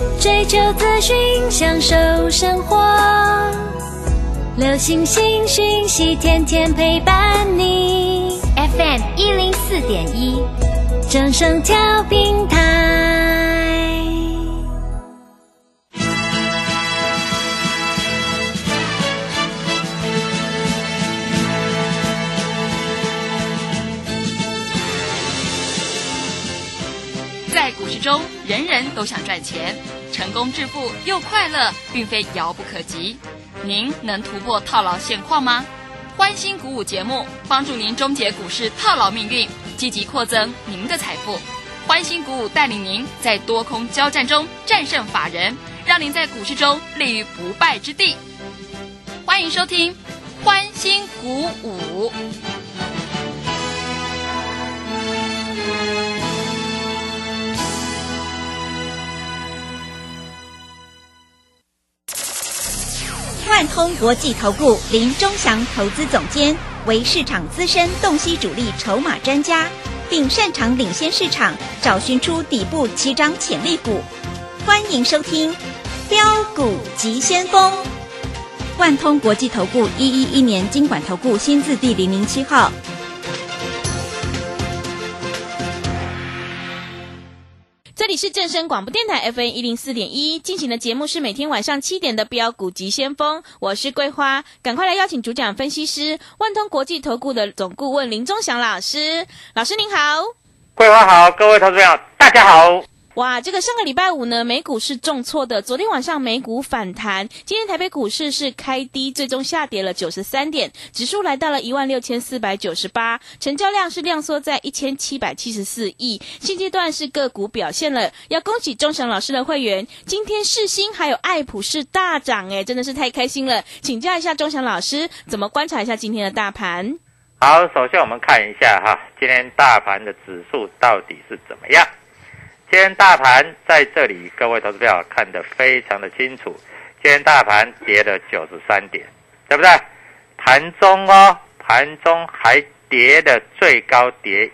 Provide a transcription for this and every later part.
追求资讯，享受生活，流行新讯息，天天陪伴你。FM 104.1，正声调频台。 在股市中，人人都想赚钱，成功致富又快乐，并非遥不可及。您能突破套牢现况吗？欢欣鼓舞节目帮助您终结股市套牢命运，积极扩增您的财富。欢欣鼓舞带领您在多空交战中战胜法人，让您在股市中立于不败之地。欢迎收听欢欣鼓舞。 万通国际投顾林钟祥投资总监为市场资深洞悉主力筹码专家，并擅长领先市场，找寻出底部起涨潜力股。欢迎收听标股急先锋。万通国际投顾111年金管投顾新字第007号。 这里是正声广播电台 FM 104.1，进行的节目是每天晚上7点的标股急先锋，我是桂花，赶快来邀请主讲分析师万通国际投顾的总顾问林钟祥老师。老师您好。 桂花好，各位投资朋友大家好。 哇，这个上个礼拜五呢，美股是重挫的。昨天晚上美股反弹，今天台北股市是开低，最终下跌了93点，指数来到了16498，成交量是量缩在1774亿。现阶段是个股表现了，要恭喜钟祥老师的会员，今天世芯还有爱普是大涨真的是太开心了。请教一下钟祥老师，怎么观察一下今天的大盘？ 好，首先我们看一下今天大盘的指数到底是怎么样。今天大盘在这里，各位投资朋友看得非常的清楚。今天大盘跌了93点，对不对？盘中还跌的最高跌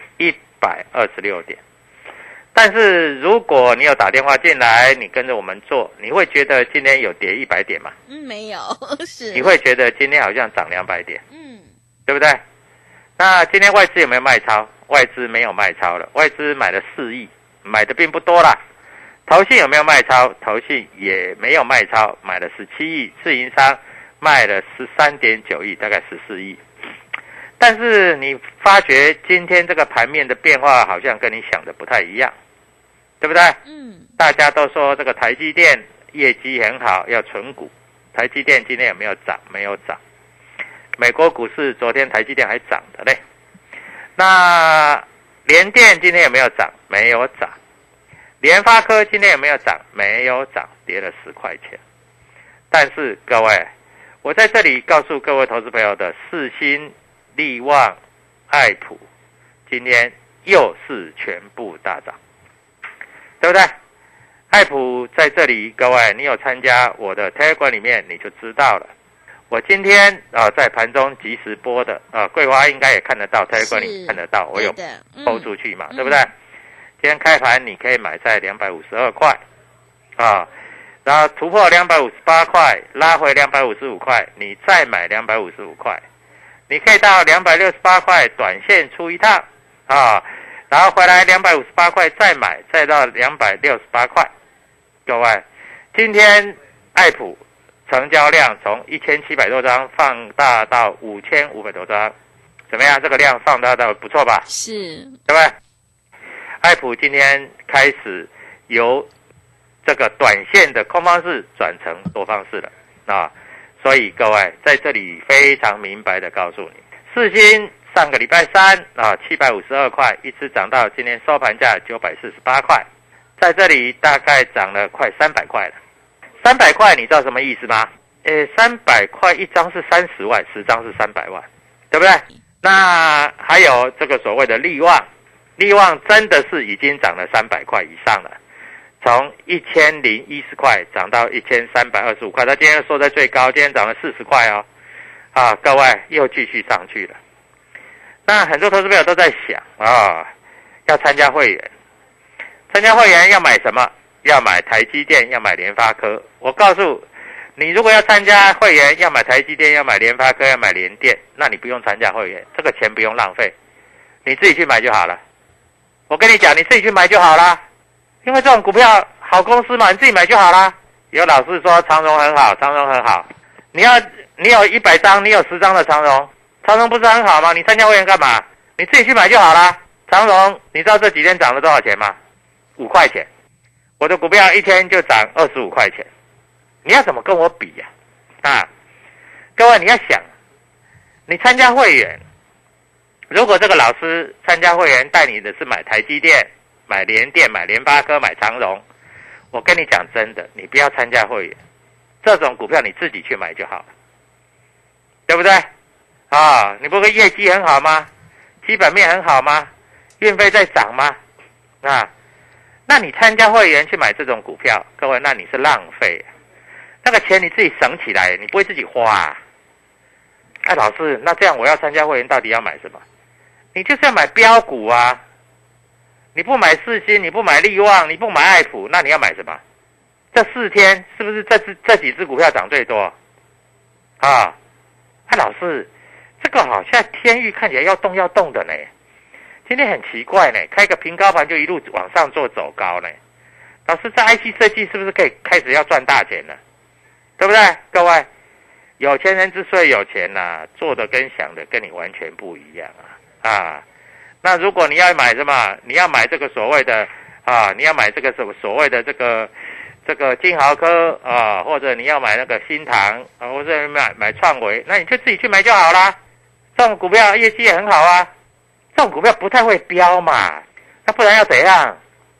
126点。但是如果你有打电话进来，你跟着我们做，你会觉得今天有跌100点吗？ 没有，是。 你会觉得今天好像涨200点，对不对？那今天外资有没有卖超？外资没有卖超了，外资买了4亿。买的并不多啦。投信有没有卖超？投信也没有卖超，买了17亿，自营商卖了13.9亿，大概14亿。但是你发觉今天这个盘面的变化好像跟你想的不太一样，对不对？大家都说这个台积电业绩很好，要存股。台积电今天有没有涨？没有涨。美国股市昨天台积电还涨的嘞。那联电今天有没有涨？没有涨。联发科今天有没有涨？没有涨，跌了10块钱。但是各位，我在这里告诉各位投资朋友的，世芯、力旺、爱普今天又是全部大涨，对不对？爱普在这里，各位你有参加我的 Telegram 里面，你就知道了。我今天在盘中即时播的桂花应该也看得到 Telegram 里看得到，我有播出去嘛，对不对？今天开盘你可以买在252块然后突破258块，拉回255块，你再买255块，你可以到268块短线出一趟然后回来258块再买，再到268块。各位，今天爱普成交量从1700多张放大到5500多张，怎么样？这个量放大到不错吧？ 是， 对不对？爱普今天开始由这个短线的空方式转成多方式了所以各位在这里非常明白的告诉你，世芯上个礼拜三752块，一直涨到今天收盘价948块，在这里大概涨了快300块了。300块你知道什么意思吗？300块一张是30万，10张是300万，对不对？那还有这个所谓的力旺真的是已经涨了300块以上了，从1010块涨到1325块，它今天收在最高，今天涨了40块各位又继续上去了。那很多投资朋友都在想要参加会员要买什么？ 要买台积电，要买联发科。我告诉你，如果要参加会员，要买台积电，要买联发科，要买联电，那你不用参加会员，这个钱不用浪费，你自己去买就好了。我跟你讲，你自己去买就好了，因为这种股票好公司嘛，你自己买就好了。有老师说长荣很好，长荣很好，你有100张，你有10张的长荣，长荣不是很好吗？你参加会员干嘛？你自己去买就好了。长荣，你知道这几天涨了多少钱吗？5块钱。我的股票一天就涨25块钱，你要怎么跟我比呀？各位你要想，你参加会员，如果这个老师参加会员带你的是买台积电、买联电、买联发科、买长荣，我跟你讲真的，你不要参加会员，这种股票你自己去买就好了，对不对？你不会业绩很好吗？基本面很好吗？运费在涨吗？那你参加会员去买这种股票，各位，那你是浪费，那个钱你自己省起来，你不会自己花。老师，那这样我要参加会员到底要买什么？你就是要买标股啊！你不买世芯，你不买力旺，你不买爱普，那你要买什么？这4天是不是这几只股票涨最多？老师，这个好像天域看起来要动的呢。今天很奇怪呢，开个平高盘就一路往上做走高呢。老师，这 IC 设计是不是可以开始要赚大钱了？对不对？各位，有钱人之所以有钱做的跟想的跟你完全不一样那如果你要买什么？你要买这个所谓的你要买这个所谓的这个金豪科或者你要买那个新唐或者买创维，那你就自己去买就好啦。这种股票业绩也很好啊。这种股票不太会飙嘛，那不然要怎样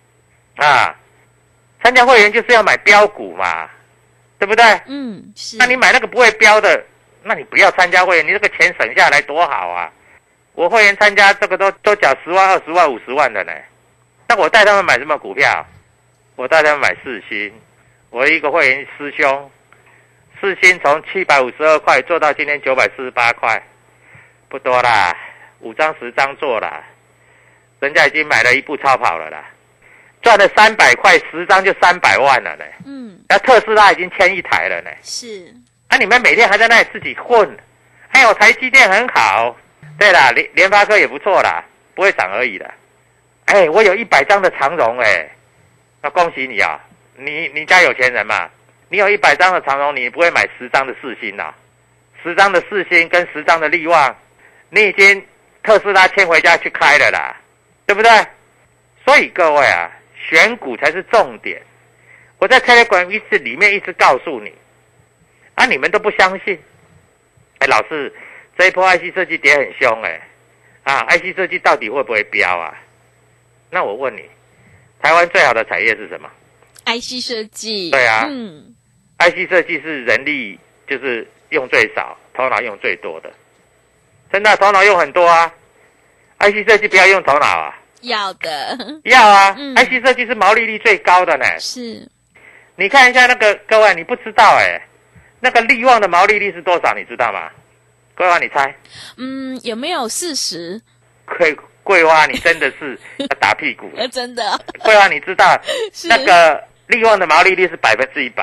参加会员就是要买标股嘛，对不对？ 是。 那你买那个不会飙的，那你不要参加会员，你这个钱省下来多好啊！我会员参加这个都缴10万、20万、50万的呢。那我带他们买什么股票？我带他们买世芯。我一个会员师兄，世芯从752块做到今天948块，不多啦。5张10张做了，人家已经买了一部超跑了啦，赚了300块，10张就300万了呢。那特斯拉已经签1台了呢。 是。 你们每天还在那里自己混，还有台积电很好，对啦，联发科也不错啦，不会涨而已的。我有100张的长荣那恭喜你啊，你家有钱人嘛，你有100张的长荣，你不会买10张的世芯10张的世芯跟10张的力旺，你已经特斯拉牵回家去开了啦，对不对？所以各位选股才是重点。我在 Telegram 里面一直告诉你，你们都不相信。老师，这一波 IC 设计跌很凶IC 设计到底会不会飙那我问你，台湾最好的产业是什么？ IC 设计。 对IC 设计是人力就是用最少，头脑用最多的。真的头脑用很多IC 设计不要用头脑要的。 要IC 设计是毛利率最高的呢。 是。 你看一下那个，各位你不知道那个力旺的毛利率是多少？你知道吗？桂花，你猜？ 有没有40？ 桂花，你真的是要打屁股真的。 桂花，你知道那个力旺的毛利率是100%。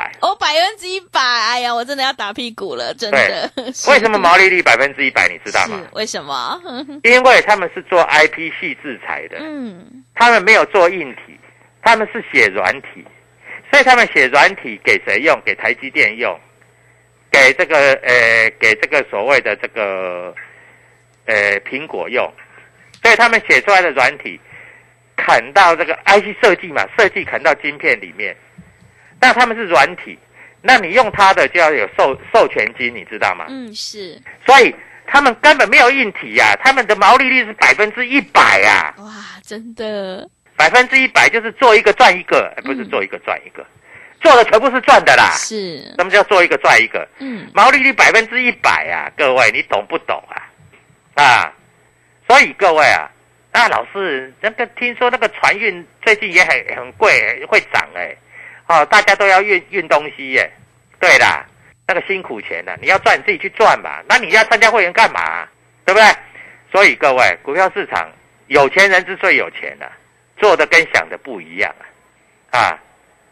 100%！哎呀，我真的要打屁股了，真的。 为什么毛利率100%？你知道吗？ 为什么？ 因为他们是做 IP 细制裁的，他们没有做硬体，他们是写软体，所以他们写软体给谁用？给台积电用，给这个所谓的这个苹果用，所以他们写出来的软体砍到这个 IC 设计嘛，设计砍到晶片里面，那他们是软体，那你用它的就要有授权金，你知道吗？ 是。 所以他们根本没有硬体他们的毛利率是100% 哇，真的。 100%就是做一个赚一个，不是做一个赚一个，做的全部是赚的啦。 是。 什么叫做一个赚一个？毛利率100%各位你懂不懂所以各位老师，那个听说那个船运最近也很贵，会涨大家都要运东西对啦，那个辛苦钱你要赚你自己去赚嘛，那你要参加会员干嘛？对不对？所以各位，股票市场有钱人之所以有钱做的跟想的不一样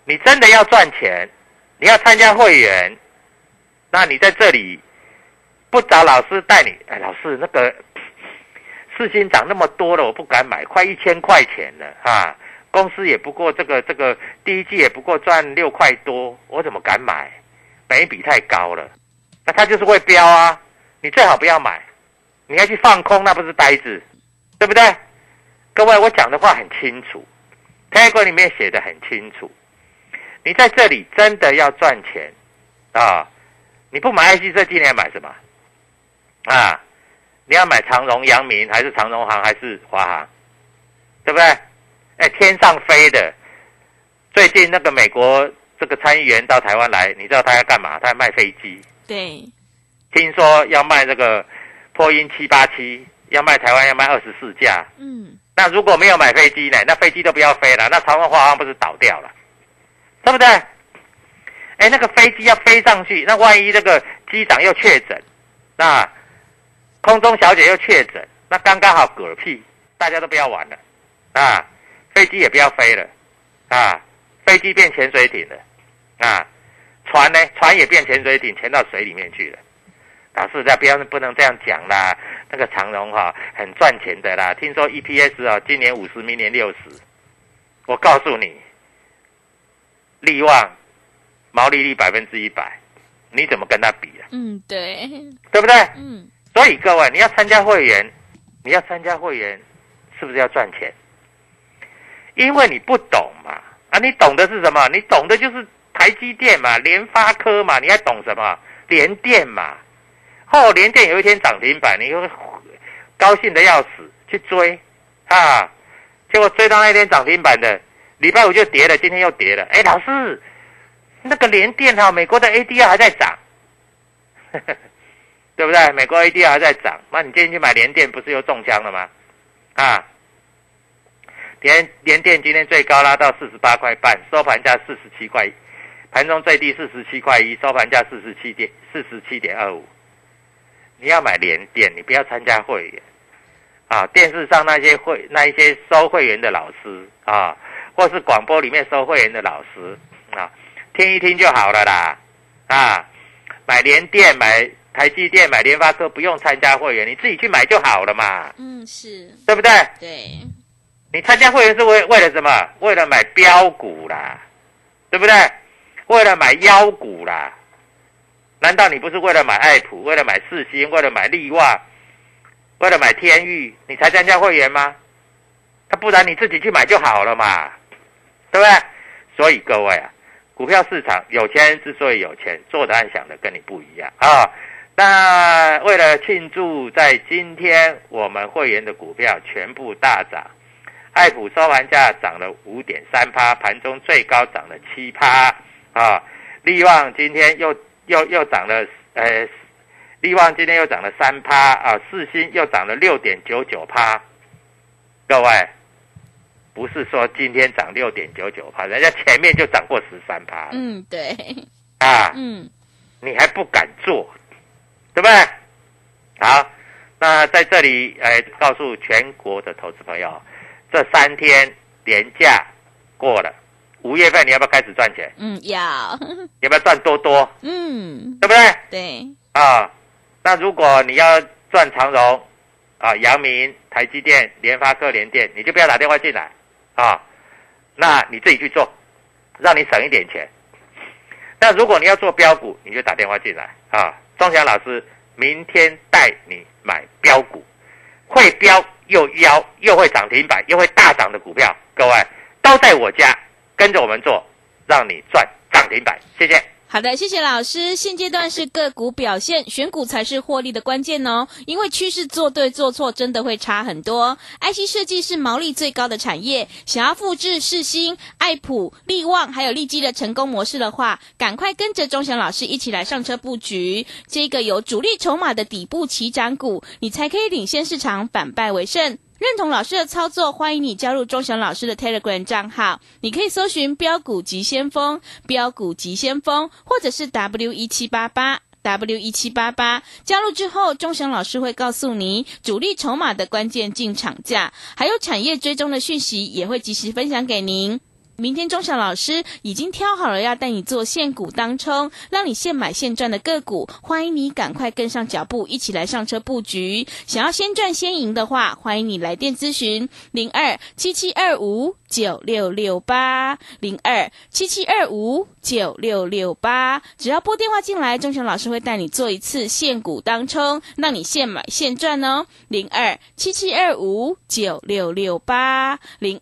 你真的要赚钱，你要参加会员，那你在这里不找老师带你，哎，老师那个世芯涨那么多了，我不敢买，快1000块钱了啊！公司也不过这个第一季也不过赚6块多，我怎么敢买？本益比太高了，那它就是会飙啊！你最好不要买，你要去放空，那不是呆子，对不对？各位，我讲的话很清楚 ，Telegram 里面写的很清楚，你在这里真的要赚钱啊！你不买 IC 设计，你要买什么？啊？你要买长荣、阳明，还是长荣航，还是华航，对不对？哎，天上飞的。最近那个美国这个参议员到台湾来，你知道他要干嘛？他要卖飞机。 对。 听说要卖这个波音787，要卖台湾要卖24架。嗯。那如果没有买飞机呢？那飞机都不要飞了，那长荣、华航不是倒掉了，对不对？哎，那个飞机要飞上去，那万一那个机长又确诊，那空中小姐又确诊，那刚刚好嗝屁，大家都不要玩了啊！飞机也不要飞了啊！飞机变潜水艇了啊！船呢？船也变潜水艇，潜到水里面去了。老师，不能这样讲啦！那个长荣很赚钱的啦，听说 EPS 今年50，明年60。我告诉你，力旺毛利率100%，你怎么跟他比啊？ 嗯，对， 对不对？ 嗯。 所以各位，你要参加会员，是不是要赚钱？因为你不懂嘛，啊，你懂的是什么？你懂的就是台积电嘛，联发科嘛，你还懂什么？联电嘛。联电有一天涨停板，你会高兴的要死，去追啊！结果追到那天涨停板的，礼拜五就跌了，今天又跌了。哎，老师，那个联电美国的 ADR 还在涨。对不对？美国 ADR 还在涨，那你今天去买联电不是又中枪了吗？啊，联电今天最高拉到48块半，收盘价47块，盘中最低47块1，收盘价47.25。你要买联电，你不要参加会员啊！电视上那一些收会员的老师啊，或是广播里面收会员的老师啊，听一听就好了啦啊！买联电买台积电买联发科不用参加会员，你自己去买就好了嘛。 嗯，是， 对不对？ 对。 你参加会员是为了什么？为了买标股啦，对不对？为了买妖股啦。难道你不是为了买爱普，为了买世芯，为了买力旺，为了买天钰，你才参加会员吗？不然你自己去买就好了嘛，对不对？所以各位啊，股票市场有钱人之所以有钱，做的和想的跟你不一样啊。那为了庆祝，在今天我们会员的股票全部大涨，爱普收盘价涨了 5.3%， 盘中最高涨了 7%啊。力旺今天又涨了力旺今天又涨了 3% 啊，世芯又涨了 6.99%。各位，不是说今天涨 6.99%， 人家前面就涨过13%。 嗯，对。 啊，你还不敢做，对不对？好，那在这里告诉全国的投资朋友，这3天连假过了，5月份你要不要开始赚钱？ 要不要赚多多？对不对？ 对。 啊，那如果你要赚长荣啊、阳明、台积电、联发科、联电，你就不要打电话进来啊，那你自己去做，让你省一点钱。那如果你要做标股，你就打电话进来啊。钟祥老师明天带你买标股，会标又会涨停板又会大涨的股票，各位都在我家，跟着我们做，让你赚涨停板。谢谢。 好的，谢谢老师。现阶段是个股表现，选股才是获利的关键哦。因为趋势做对做错真的会差很多。IC 设计是毛利最高的产业，想要复制世芯、爱普、力旺还有利基的成功模式的话，赶快跟着钟祥老师一起来上车布局这个有主力筹码的底部起涨股，你才可以领先市场，反败为胜。认同老师的操作，欢迎你加入钟祥老师的 Telegram 账号，你可以搜寻标股急先锋、标股急先锋，或者是 W1788 加入之后，钟祥老师会告诉你主力筹码的关键进场价，还有产业追踪的讯息也会及时分享给您。 明天钟祥老师已经挑好了要带你做现股当冲，让你现买现赚的个股，欢迎你赶快跟上脚步，一起来上车布局。想要先赚先赢的话，欢迎你来电咨询02-7725-9668 02-7725-9668，只要拨电话进来，钟祥老师会带你做一次现股当冲，让你现买现赚哦。02-7725-9668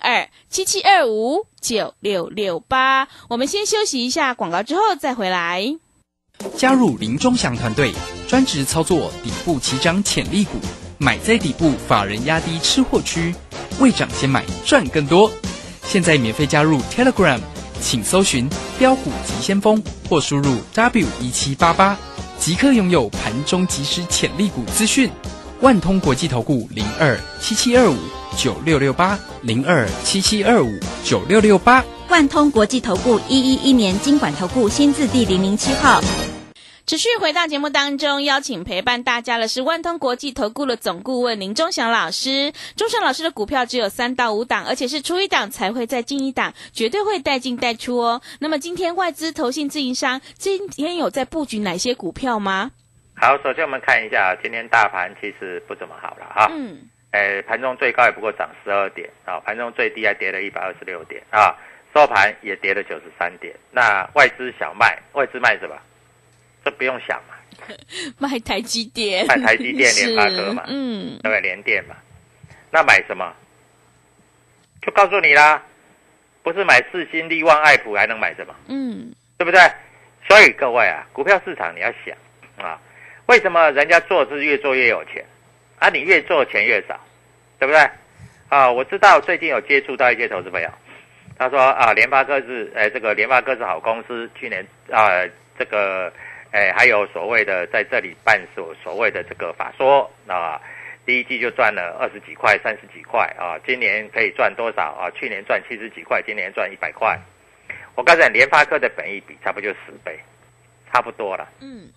02-7725-9668，我们先休息一下广告之后再回来。 加入林钟祥团队，专职操作底部起涨潜力股，买在底部，法人压低吃货区，未涨先买赚更多。现在免费加入 Telegram， 请搜寻标股急先锋或输入 W1788， 即刻拥有盘中即时潜力股资讯。万通国际投顾02-7725-9668 02-7725-9668。 万通国际投顾111年金管投顾新字第007号。 持续回到节目当中，邀请陪伴大家的是万通国际投顾的总顾问林钟祥老师。钟祥老师的股票只有3到5档，而且是出一档才会再进一档，绝对会带进带出哦。那么今天外资、投信、自营商今天有在布局哪些股票吗？ 好，首先我们看一下今天大盘其实不怎么好了哈。盘中最高也不过涨12点啊，盘中最低还跌了126点啊，收盘也跌了93点。那外资小卖，外资卖什么？这不用想嘛， 卖台积电， 卖台积电、联发科嘛，对不对？联电嘛。那买什么？就告诉你啦，不是买世芯、力旺、爱普，还能买什么？对不对？所以各位啊，股票市场你要想啊，为什么人家做是越做越有钱啊？你越做钱越少，对不对？啊，我知道最近有接触到一些投资朋友，他说啊，联发科是这个联发科是好公司，去年这个还有所谓的在这里办所谓的这个法说啊，第一季就赚了20几块、30几块啊，今年可以赚多少啊？去年赚70几块，今年赚100块。我告诉你，联发科的本益比差不多就10倍，差不多了。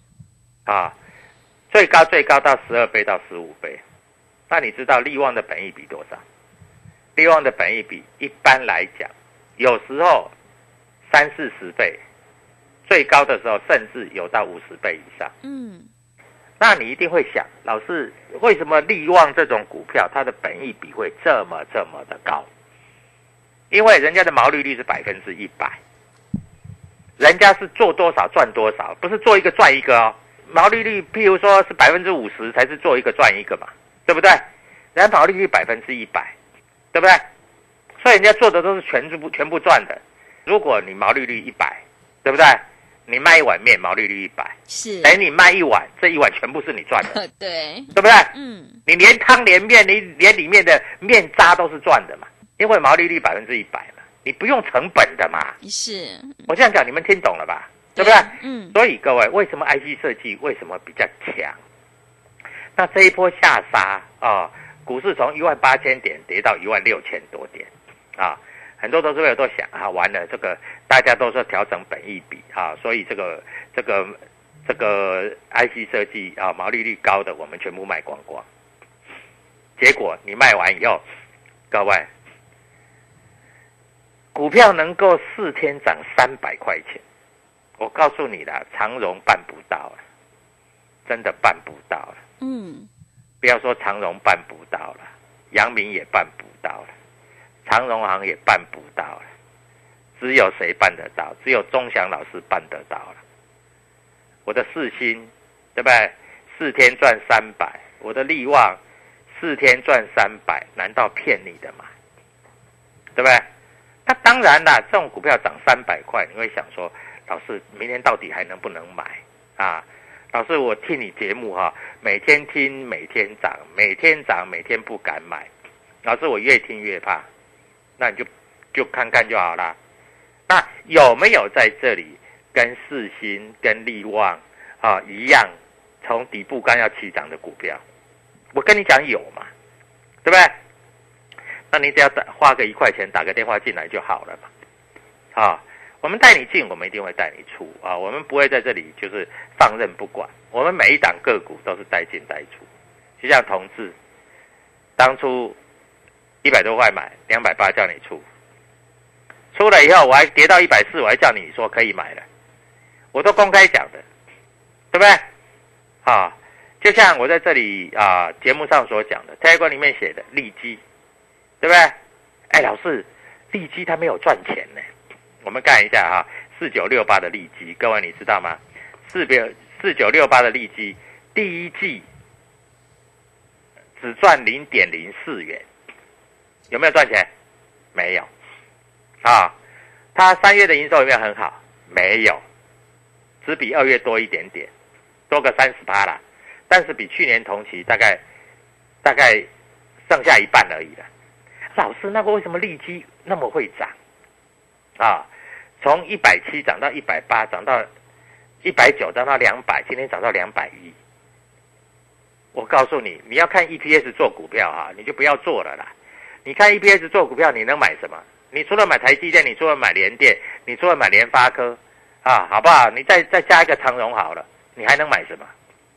最高到12倍到15倍。那你知道力旺的本益比多少？力旺的本益比一般来讲，有时候30-40倍。最高的时候甚至有到50倍以上。那你一定会想，老师，为什么力旺这种股票它的本益比会这么的高？因为人家的毛利率是100%，人家是做多少赚多少，不是做一个赚一个哦。毛利率譬如说是50%才是做一个赚一个嘛，对不对？人家毛利率100%，对不对？所以人家做的都是全部赚的。如果你毛利率100，对不对？你卖一碗面，毛利率100， 是等于你卖一碗，这一碗全部是你赚的， 对不对？你连汤连面，你连里面的面渣都是赚的嘛，因为毛利率100%嘛，你不用成本的嘛。 是， 我这样讲你们听懂了吧？对不对？所以各位，为什么 IC 设计为什么比较强？那这一波下杀啊，股市从18000点跌到16000多点啊。很多投资者都想啊，完了，这个大家都说调整本益比啊，所以这个 IC 设计啊，毛利率高的我们全部卖光光。结果你卖完以后，各位，股票能够4天涨300块钱，我告诉你啦，长荣办不到了，真的办不到了。不要说长荣办不到了，阳明也办不到了。长荣行也办不到了，只有谁办得到？只有钟祥老师办得到了。我的世芯，对不对？4天赚300，我的力旺4天赚300，难道骗你的吗？对不对？那当然啦，这种股票涨300块，你会想说，老师，明天到底还能不能买啊？老师，我听你节目哈，每天听，每天涨，每天涨，每天不敢买。老师，我越听越怕。那你就看看就好啦。那有没有在这里跟世芯、跟力旺啊一样，从底部刚要起涨的股票？我跟你讲有嘛，对不对？那你只要花个1块钱打个电话进来就好了嘛。我们带你进，我们一定会带你出啊，我们不会在这里就是放任不管，我们每一档个股都是带进带出。就像同志，当初100多块买，280叫你出， 出了以后我还跌到140，我还叫你说可以买了，我都公开讲的，对不对？啊，就像我在这里节目上所讲的 ，Telegram 里面写的利基，对不对？哎，老师，利基它没有赚钱呢。我们看一下4968的利基，各位你知道吗？4968的利基第一季只赚0.04元，有没有赚钱？没有。它3月的营收有没有很好？没有，只比2月多一点点，多个30%啦，但是比去年同期大概剩下一半而已了。老师，那个为什么利基那么会涨从170涨到180，涨到190，涨到200，今天涨到210。我告诉你，你要看 EPS 做股票你就不要做了啦。你看 EPS 做股票，你能买什么？你除了买台积电，你除了买联电，你除了买联发科好不好？你再加一个长荣好了，你还能买什么？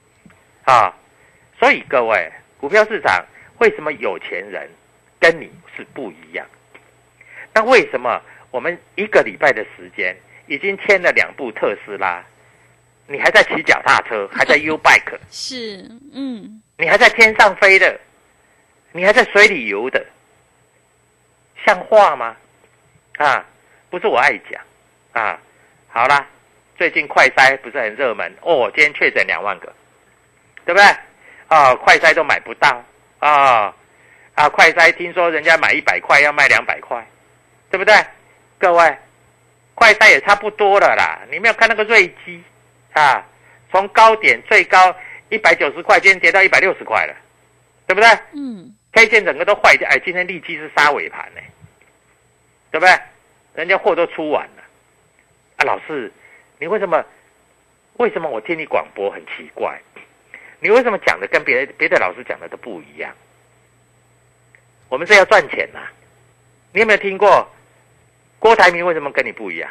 所以各位，股票市场为什么有钱人跟你是不一样？那为什么我们1个礼拜的时间已经签了2部特斯拉，你还在骑脚踏车，还在 U-Bike， 是， 你还在天上飞的，你还在水里游的，像话吗？不是我爱讲好啦，最近快筛不是很热门今天确诊2万个，对不对？快筛都买不到快筛听说人家买100块要卖200块，对不对？各位，快筛也差不多了啦。你没有看那个瑞基从高点最高190块，今天跌到160块了，对不对？K 线整个都坏掉。今天利基是杀尾盘呢，对不对？人家货都出完了老师，你为什么我听你广播很奇怪？你为什么讲的跟别的老师讲的都不一样？我们是要赚钱你有没有听过郭台铭为什么跟你不一样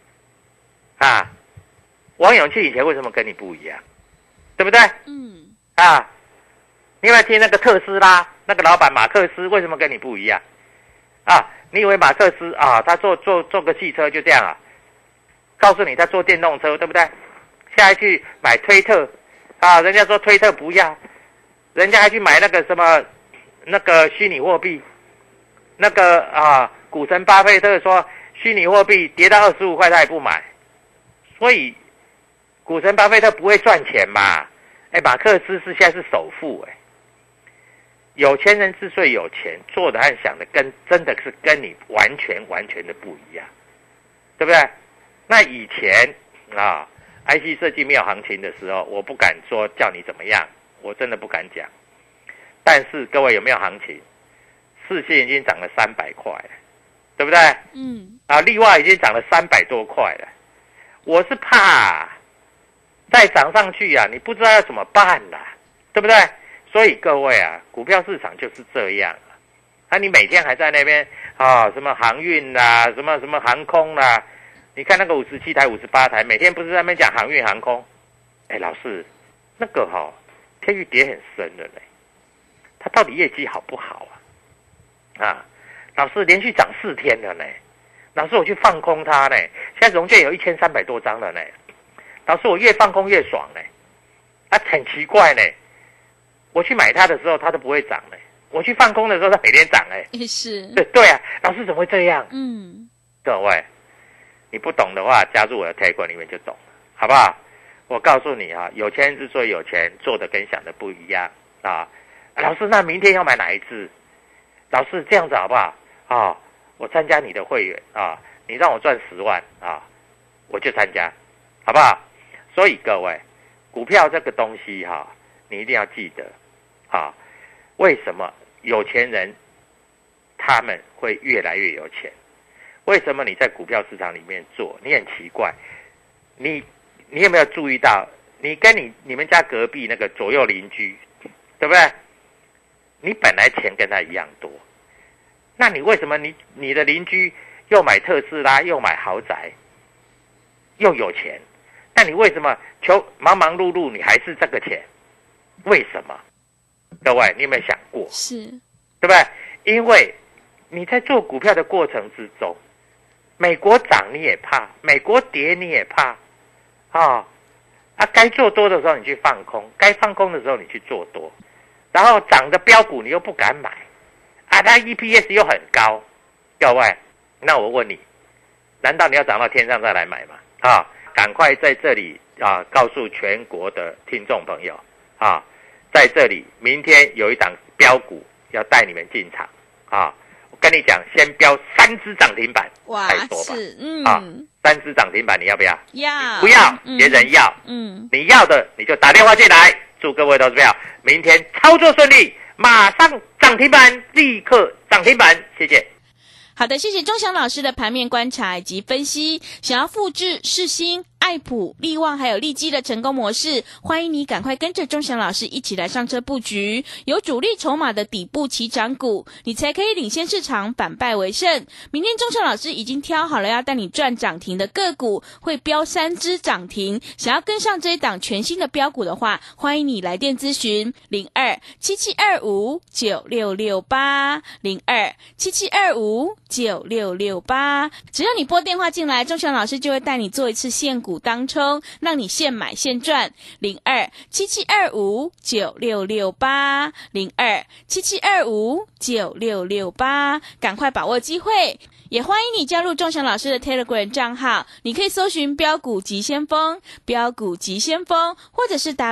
王永庆以前为什么跟你不一样？对不对？你有没有听那个特斯拉那个老板马克思为什么跟你不一样你以为马克思他做个汽车就这样告诉你他做电动车，对不对？下一去买推特人家说推特不要，人家还去买那个什么那个虚拟货币，那个股神巴菲特说虚拟货币跌到25块他也不买，所以股神巴菲特不会赚钱嘛？马克思现在是首富有钱人之所以有钱，做的和想的真的是跟你完全的不一样，对不对？那以前IC 设计没有行情的时候，我不敢说叫你怎么样，我真的不敢讲。但是各位有没有行情？世芯已经涨了300块了，对不对？力旺已经涨了300多块了。我是怕再涨上去你不知道要怎么办啦，对不对？所以各位股票市场就是这样你每天还在那边什么航运啦，什么航空啦，你看那个57台、58台，每天不是在那边讲航运航空？老师，那个天域跌很深了呢，它到底业绩好不好老师连续涨4天了呢，老师我去放空它呢，现在融券有1300多张了呢，老师我越放空越爽呢，很奇怪呢，我去买它的时候它都不会涨呢，我去放空的时候它每天涨是， 对老师怎么会这样？各位，你不懂的话，加入我的 Telegram 里面就懂了，好不好？我告诉你有钱人之所以有钱，做的跟想的不一样老师，那明天要买哪一支？老师这样子好不好？我参加你的会员你让我赚10万我就参加，好不好？所以各位，股票这个东西你一定要记得为什么有钱人他们会越来越有钱？为什么你在股票市场里面做，你很奇怪？你有没有注意到，你跟你们家隔壁那个左右邻居，对不对？你本来钱跟他一样多，那你为什么你的邻居又买特斯拉，又买豪宅，又有钱？那你为什么忙忙碌碌你还是这个钱？为什么？各位，你有没有想过？ 是， 对不对？因为你在做股票的过程之中， 美国涨你也怕，美国跌你也怕，该做多的时候你去放空，该放空的时候你去做多，然后涨的标股你又不敢买，它 EPS 又很高，各位，那我问你，难道你要涨到天上再来买吗？赶快在这里告诉全国的听众朋友在这里明天有一档标股要带你们进场我跟你讲，先标3只涨停板， 哇， 太多吧？3只涨停板你要不要？ 要。 不要？别人要。你要的你就打电话进来。祝各位投资朋友明天操作顺利，马上涨停板，立刻涨停板，谢谢。 好的，谢谢钟祥老师的盘面观察以及分析。想要复制世新、爱普、力旺还有利基的成功模式，欢迎你赶快跟着钟祥老师一起来上车布局，有主力筹码的底部起涨股，你才可以领先市场，反败为胜。明天钟祥老师已经挑好了要带你赚涨停的个股，会标3只涨停。想要跟上这一档全新的标股的话，欢迎你来电咨询02-7725-9668 02-7725-9668，只要你拨电话进来，钟祥老师就会带你做一次现股当冲，让你现买现赚。02-7725-9668 02-7725-9668，赶快把握机会。也欢迎你加入钟祥老师的 Telegram 账号，你可以搜寻标股急先锋、标股急先锋，或者是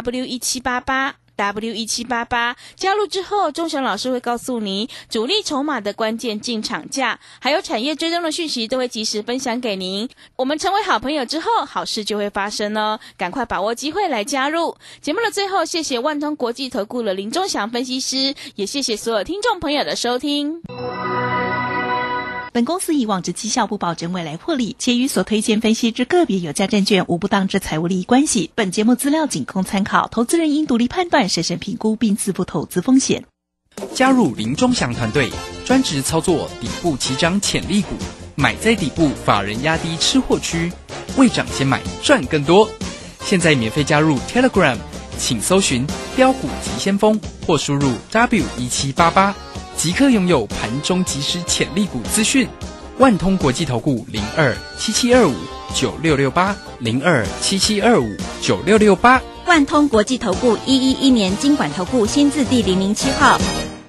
W1788。加入之后，钟祥老师会告诉你主力筹码的关键进场价，还有产业追踪的讯息都会及时分享给您。我们成为好朋友之后，好事就会发生哦，赶快把握机会来加入。节目的最后，谢谢万通国际投顾的林钟祥分析师，也谢谢所有听众朋友的收听。 本公司以往之绩效不保证未来获利，且与所推荐分析之个别有价证券无不当之财务利益关系。本节目资料仅供参考，投资人应独立判断、审慎评估并自负投资风险。 加入林钟祥团队，专职操作底部起涨潜力股，买在底部，法人压低吃货区，未涨先买赚更多。现在免费加入 Telegram， 请搜寻标股急先锋或输入 W1788，即刻拥有盘中即时潜力股资讯。万通国际投顾02-7725-9668 02-7725-9668。 万通国际投顾111年金管投顾新字第007号。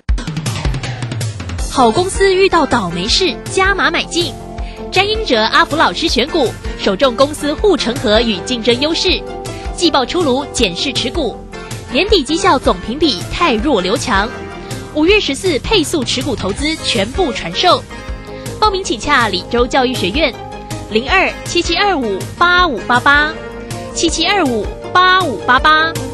好公司遇到倒霉事，加码买进。詹英哲、阿福老师选股，首重公司护城河与竞争优势。季报出炉，检视持股。年底绩效总评比太弱留强。5月14配速持股投资全部传授。报名请洽李州教育学院02-7725-8588 7725-8588。